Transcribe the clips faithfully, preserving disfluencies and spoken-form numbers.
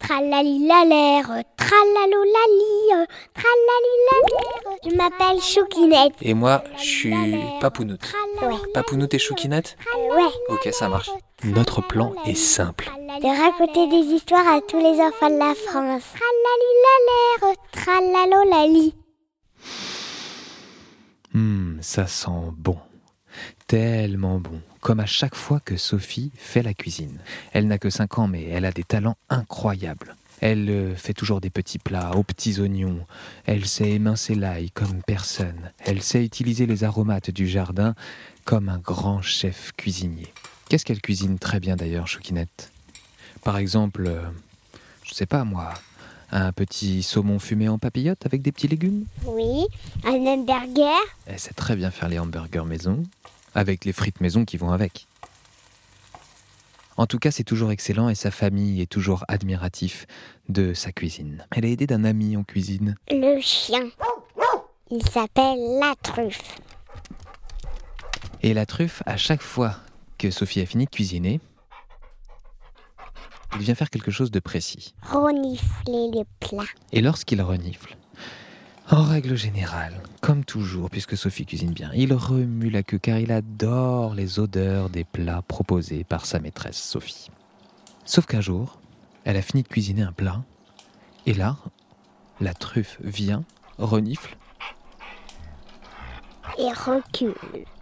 Tralalilalère, tralalolali, tralalilalère. Je m'appelle Choukinette. Et moi, je suis Papounoute. Ouais. Papounoute et Choukinette ? Euh, ouais. Ok, ça marche. Notre plan est simple. De raconter des histoires à tous les enfants de la France. Tralalilalère, tralalolali. Hum, ça sent bon. Tellement bon. Comme à chaque fois que Sophie fait la cuisine. Elle n'a que cinq ans, mais elle a des talents incroyables. Elle euh, fait toujours des petits plats aux petits oignons. Elle sait émincer l'ail comme personne. Elle sait utiliser les aromates du jardin comme un grand chef cuisinier. Qu'est-ce qu'elle cuisine très bien d'ailleurs, Choukinette ? Par exemple, euh, je sais pas moi, un petit saumon fumé en papillote avec des petits légumes ? Oui, un hamburger. Elle sait très bien faire les hamburgers maison, avec les frites maison qui vont avec. En tout cas, c'est toujours excellent et sa famille est toujours admiratif de sa cuisine. Elle est aidée d'un ami en cuisine. Le chien. Il s'appelle la truffe. Et la truffe, à chaque fois que Sophie a fini de cuisiner, il vient faire quelque chose de précis. Renifler les plats. Et lorsqu'il renifle, en règle générale, comme toujours, puisque Sophie cuisine bien, il remue la queue car il adore les odeurs des plats proposés par sa maîtresse Sophie. Sauf qu'un jour, elle a fini de cuisiner un plat, et là, la truffe vient, renifle, Et recule.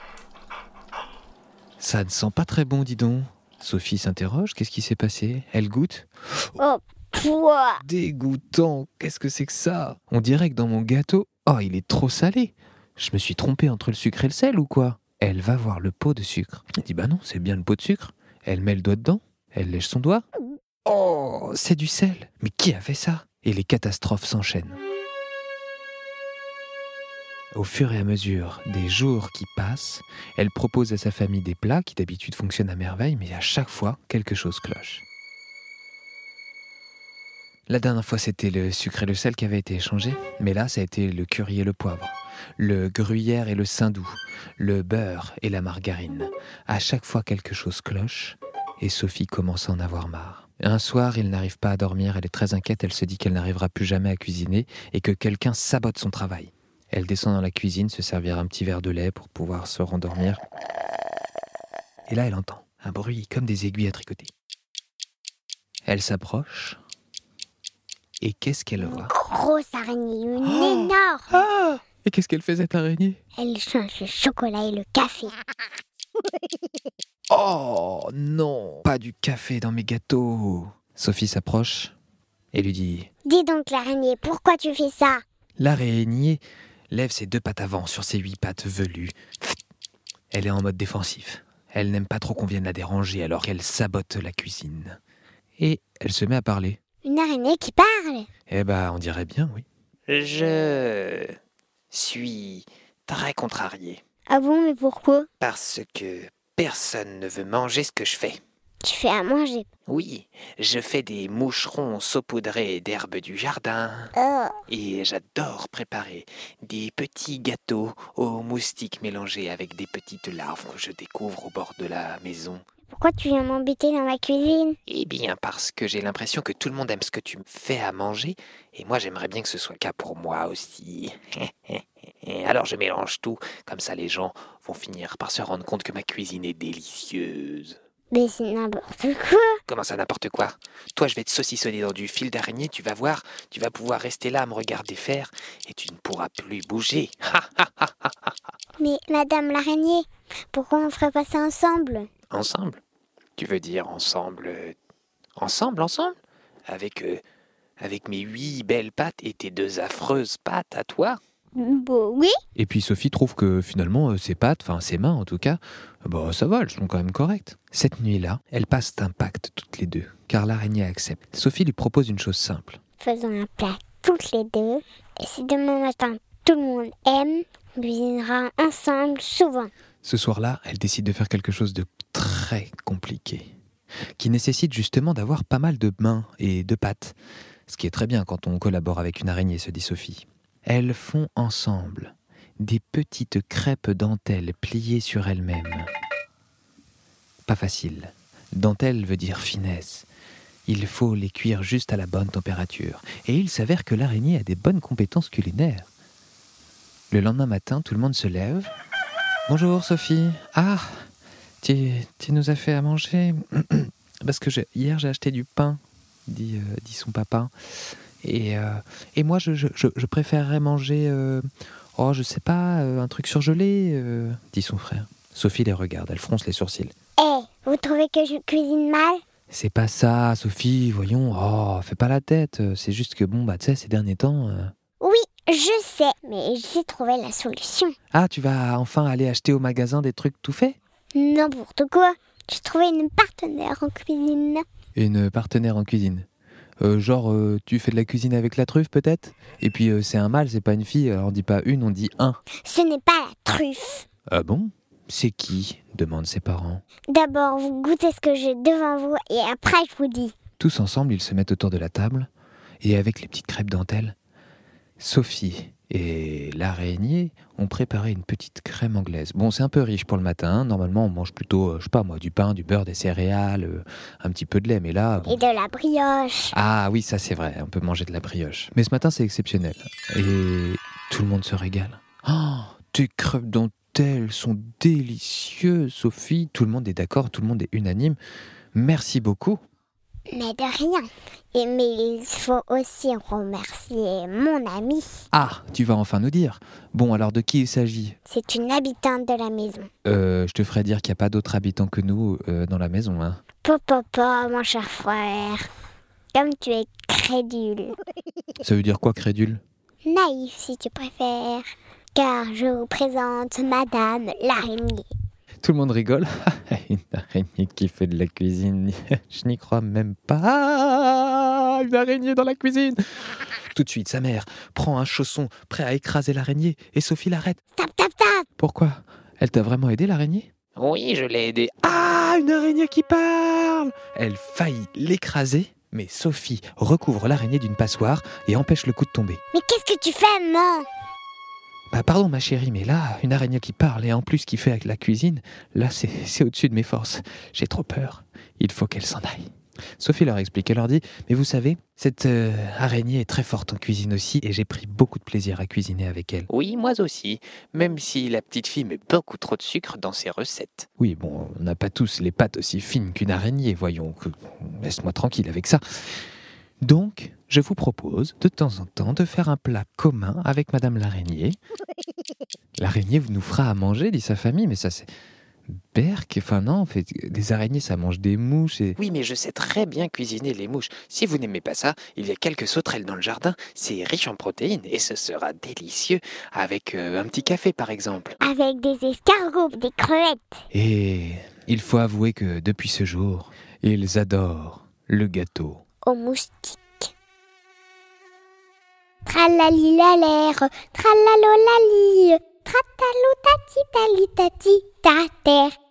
ça ne sent pas très bon, dis donc. Sophie s'interroge, qu'est-ce qui s'est passé ? Elle goûte. Oh, pouah. Dégoûtant, qu'est-ce que c'est que ça ? On dirait que dans mon gâteau, oh, il est trop salé. Je me suis trompé entre le sucre et le sel ou quoi ? Elle va voir le pot de sucre. Elle dit bah non, c'est bien le pot de sucre. Elle met le doigt dedans, elle lèche son doigt. Oh, c'est du sel. Mais qui a fait ça ? Et les catastrophes s'enchaînent. Au fur et à mesure des jours qui passent, elle propose à sa famille des plats qui d'habitude fonctionnent à merveille, mais à chaque fois, quelque chose cloche. La dernière fois, c'était le sucre et le sel qui avaient été échangés, mais là, ça a été le curry et le poivre, le gruyère et le saindoux, le beurre et la margarine. À chaque fois, quelque chose cloche, et Sophie commence à en avoir marre. Un soir, il n'arrive pas à dormir, elle est très inquiète, elle se dit qu'elle n'arrivera plus jamais à cuisiner et que quelqu'un sabote son travail. Elle descend dans la cuisine, se servir un petit verre de lait pour pouvoir se rendormir. Et là, elle entend un bruit comme des aiguilles à tricoter. Elle s'approche. Et qu'est-ce qu'elle voit ? Grosse araignée, une Oh. énorme. Ah ! Et qu'est-ce qu'elle fait, cette araignée ? Elle change le chocolat et le café. Oh non, pas du café dans mes gâteaux. Sophie s'approche et lui dit... Dis donc l'araignée, pourquoi tu fais ça ? L'araignée lève ses deux pattes avant sur ses huit pattes velues. Elle est en mode défensif. Elle n'aime pas trop qu'on vienne la déranger alors qu'elle sabote la cuisine. Et elle se met à parler. Une araignée qui parle. Eh ben, on dirait bien, oui. Je suis très contrarié Ah bon, mais pourquoi ? parce que personne ne veut manger ce que je fais. Tu fais à manger. Oui, je fais des moucherons saupoudrés d'herbes du jardin Oh. et j'adore préparer des petits gâteaux aux moustiques mélangés avec des petites larves que je découvre au bord de la maison. Pourquoi tu viens m'embêter dans ma cuisine ? Eh bien, parce que j'ai l'impression que tout le monde aime ce que tu me fais à manger, et moi j'aimerais bien que ce soit le cas pour moi aussi. Alors je mélange tout, comme ça les gens vont finir par se rendre compte que ma cuisine est délicieuse. Mais c'est n'importe quoi. Comment ça, n'importe quoi ? Toi, je vais te saucissonner dans du fil d'araignée, tu vas voir, tu vas pouvoir rester là à me regarder faire, et tu ne pourras plus bouger. Mais madame l'araignée, pourquoi on ferait pas ça ensemble ? Ensemble ? Tu veux dire ensemble euh, Ensemble, ensemble ? Avec, euh, avec mes huit belles pattes et tes deux affreuses pattes à toi ? Bon, oui. Et puis Sophie trouve que finalement, ses pattes, enfin ses mains en tout cas, bah ça va, elles sont quand même correctes. Cette nuit-là, elles passent un pacte toutes les deux, car l'araignée accepte. Sophie lui propose une chose simple. Faisons un plat toutes les deux. Et si demain matin tout le monde aime, on cuisinera ensemble souvent. Ce soir-là, elle décide de faire quelque chose de très compliqué, qui nécessite justement d'avoir pas mal de mains et de pattes. Ce qui est très bien quand on collabore avec une araignée, se dit Sophie. Elles font ensemble des petites crêpes dentelles pliées sur elles-mêmes. Pas facile. Dentelle veut dire finesse. Il faut les cuire juste à la bonne température. Et il s'avère que l'araignée a des bonnes compétences culinaires. Le lendemain matin, tout le monde se lève. « Bonjour Sophie. Ah, tu, tu nous as fait à manger. Parce que je, hier j'ai acheté du pain, dit, euh, dit son papa. Et, euh, et moi je, je, je préférerais manger, euh, oh je sais pas, euh, un truc surgelé, euh, dit son frère. Sophie les regarde, elle fronce les sourcils. Hé, hey, vous trouvez que je cuisine mal ? C'est pas ça, Sophie, voyons, oh, fais pas la tête. C'est juste que bon, bah tu sais, ces derniers temps... Euh... Oui, je sais, mais j'ai trouvé la solution. Ah, tu vas enfin aller acheter au magasin des trucs tout faits ? N'importe quoi. J'ai trouvé une partenaire en cuisine. Une partenaire en cuisine. Euh, genre, euh, tu fais de la cuisine avec la truffe, peut-être ? Et puis, euh, c'est un mâle, c'est pas une fille. Alors, on dit pas une, on dit un. Ce n'est pas la truffe. Ah bon ? C'est qui ? Demandent ses parents. D'abord, vous goûtez ce que j'ai devant vous et après, je vous dis. Tous ensemble, ils se mettent autour de la table et avec les petites crêpes dentelles, Sophie et l'araignée ont préparé une petite crème anglaise. Bon, c'est un peu riche pour le matin. Normalement, on mange plutôt, euh, je sais pas moi, du pain, du beurre, des céréales, euh, un petit peu de lait. Mais là... Bon... Et de la brioche. Ah oui, ça c'est vrai, on peut manger de la brioche. Mais ce matin, c'est exceptionnel. Et tout le monde se régale. Oh, tes crêpes dentelles sont délicieuses, Sophie. Tout le monde est d'accord, tout le monde est unanime. Merci beaucoup. Mais de rien. Et mais il faut aussi remercier mon amie. Ah, tu vas enfin nous dire. Bon, alors de qui il s'agit ? C'est une habitante de la maison. Euh, je te ferai dire qu'il n'y a pas d'autres habitants que nous euh, dans la maison, hein. Papa, mon cher frère, comme tu es crédule. Ça veut dire quoi, crédule ? Naïf, si tu préfères. Car je vous présente Madame l'araignée. Tout le monde rigole. Une araignée qui fait de la cuisine. Je n'y crois même pas. Une araignée dans la cuisine. Tout de suite, sa mère prend un chausson prêt à écraser l'araignée et Sophie l'arrête. Tap, tap, tap. Pourquoi ? Elle t'a vraiment aidé, l'araignée ? Oui, je l'ai aidé. Ah, une araignée qui parle ! Elle faillit l'écraser, mais Sophie recouvre l'araignée d'une passoire et empêche le coup de tomber. Mais qu'est-ce que tu fais, maman ? Bah pardon ma chérie, mais là, une araignée qui parle et en plus qui fait avec la cuisine, là c'est, c'est au-dessus de mes forces. J'ai trop peur. Il faut qu'elle s'en aille. Sophie leur explique, elle leur dit, mais vous savez, cette euh, araignée est très forte en cuisine aussi et j'ai pris beaucoup de plaisir à cuisiner avec elle. Oui, moi aussi, même si la petite fille met beaucoup trop de sucre dans ses recettes. Oui, bon, on n'a pas tous les pattes aussi fines qu'une araignée, voyons. Laisse-moi tranquille avec ça. Donc, je vous propose de temps en temps de faire un plat commun avec Madame l'araignée. L'araignée nous fera à manger, dit sa famille, mais ça c'est... Berk, enfin non, en fait, des araignées ça mange des mouches et... Oui, mais je sais très bien cuisiner les mouches. Si vous n'aimez pas ça, il y a quelques sauterelles dans le jardin. C'est riche en protéines et ce sera délicieux avec euh, un petit café par exemple. Avec des escargots, des crevettes. Et il faut avouer que depuis ce jour, ils adorent le gâteau aux moustiques. Tralali-la-l'air, tralalolali, tratalou tati tali tati ta terre.